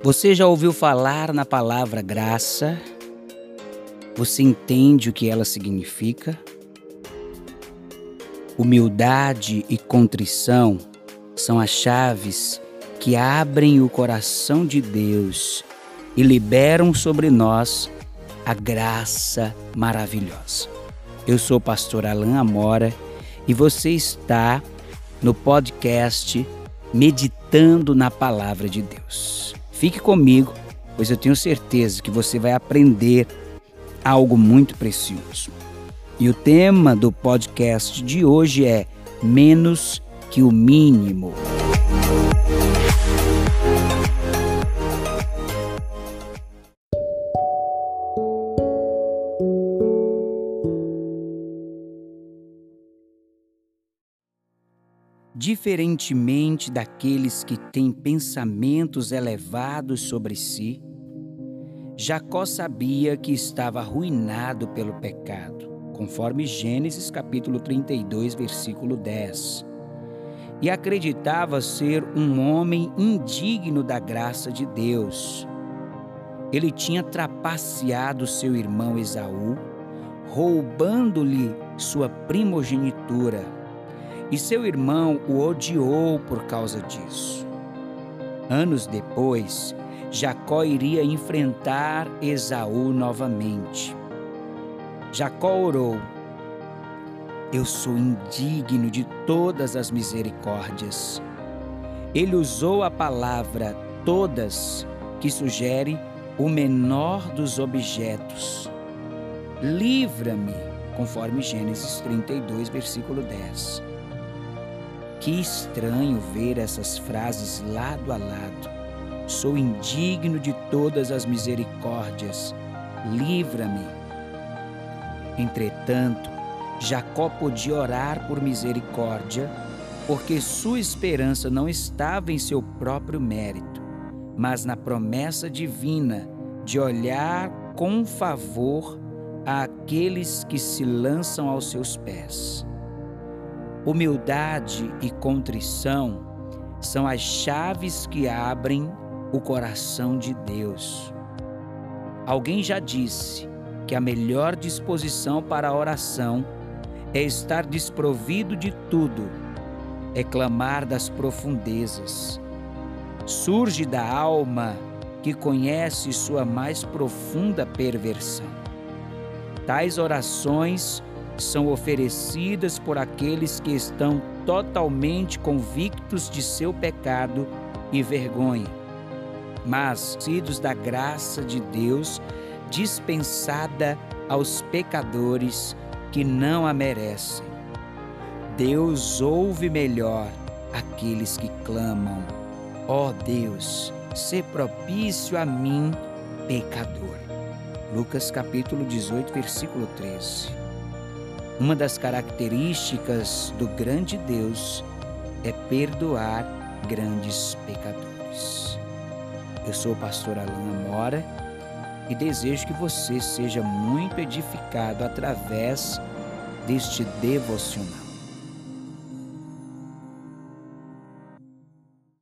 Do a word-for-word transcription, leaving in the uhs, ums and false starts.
Você já ouviu falar na palavra graça? Você entende o que ela significa? Humildade e contrição são as chaves que abrem o coração de Deus e liberam sobre nós a graça maravilhosa. Eu sou o pastor Alan Amora e você está no podcast Meditando na Palavra de Deus. Fique comigo, pois eu tenho certeza que você vai aprender algo muito precioso. E o tema do podcast de hoje é Menos que o Mínimo. Diferentemente daqueles que têm pensamentos elevados sobre si, Jacó sabia que estava arruinado pelo pecado, conforme Gênesis capítulo trinta e dois, versículo dez, e acreditava ser um homem indigno da graça de Deus. Ele tinha trapaceado seu irmão Esaú, roubando-lhe sua primogenitura, e seu irmão o odiou por causa disso. Anos depois, Jacó iria enfrentar Esaú novamente. Jacó orou: Eu sou indigno de todas as misericórdias. Ele usou a palavra todas, que sugere o menor dos objetos. Livra-me, conforme Gênesis trinta e dois, versículo dez. Que estranho ver essas frases lado a lado. Sou indigno de todas as misericórdias. Livra-me. Entretanto, Jacó podia orar por misericórdia, porque sua esperança não estava em seu próprio mérito, mas na promessa divina de olhar com favor àqueles que se lançam aos seus pés. Humildade e contrição são as chaves que abrem o coração de Deus. Alguém já disse que a melhor disposição para a oração é estar desprovido de tudo, é clamar das profundezas. Surge da alma que conhece sua mais profunda perversão. Tais orações são oferecidas por aqueles que estão totalmente convictos de seu pecado e vergonha, mas nascidos da graça de Deus dispensada aos pecadores que não a merecem. Deus ouve melhor aqueles que clamam: ó Deus, sê propício a mim, pecador. Lucas capítulo dezoito, versículo treze. Uma das características do grande Deus é perdoar grandes pecadores. Eu sou o pastor Alan Amora e desejo que você seja muito edificado através deste devocional.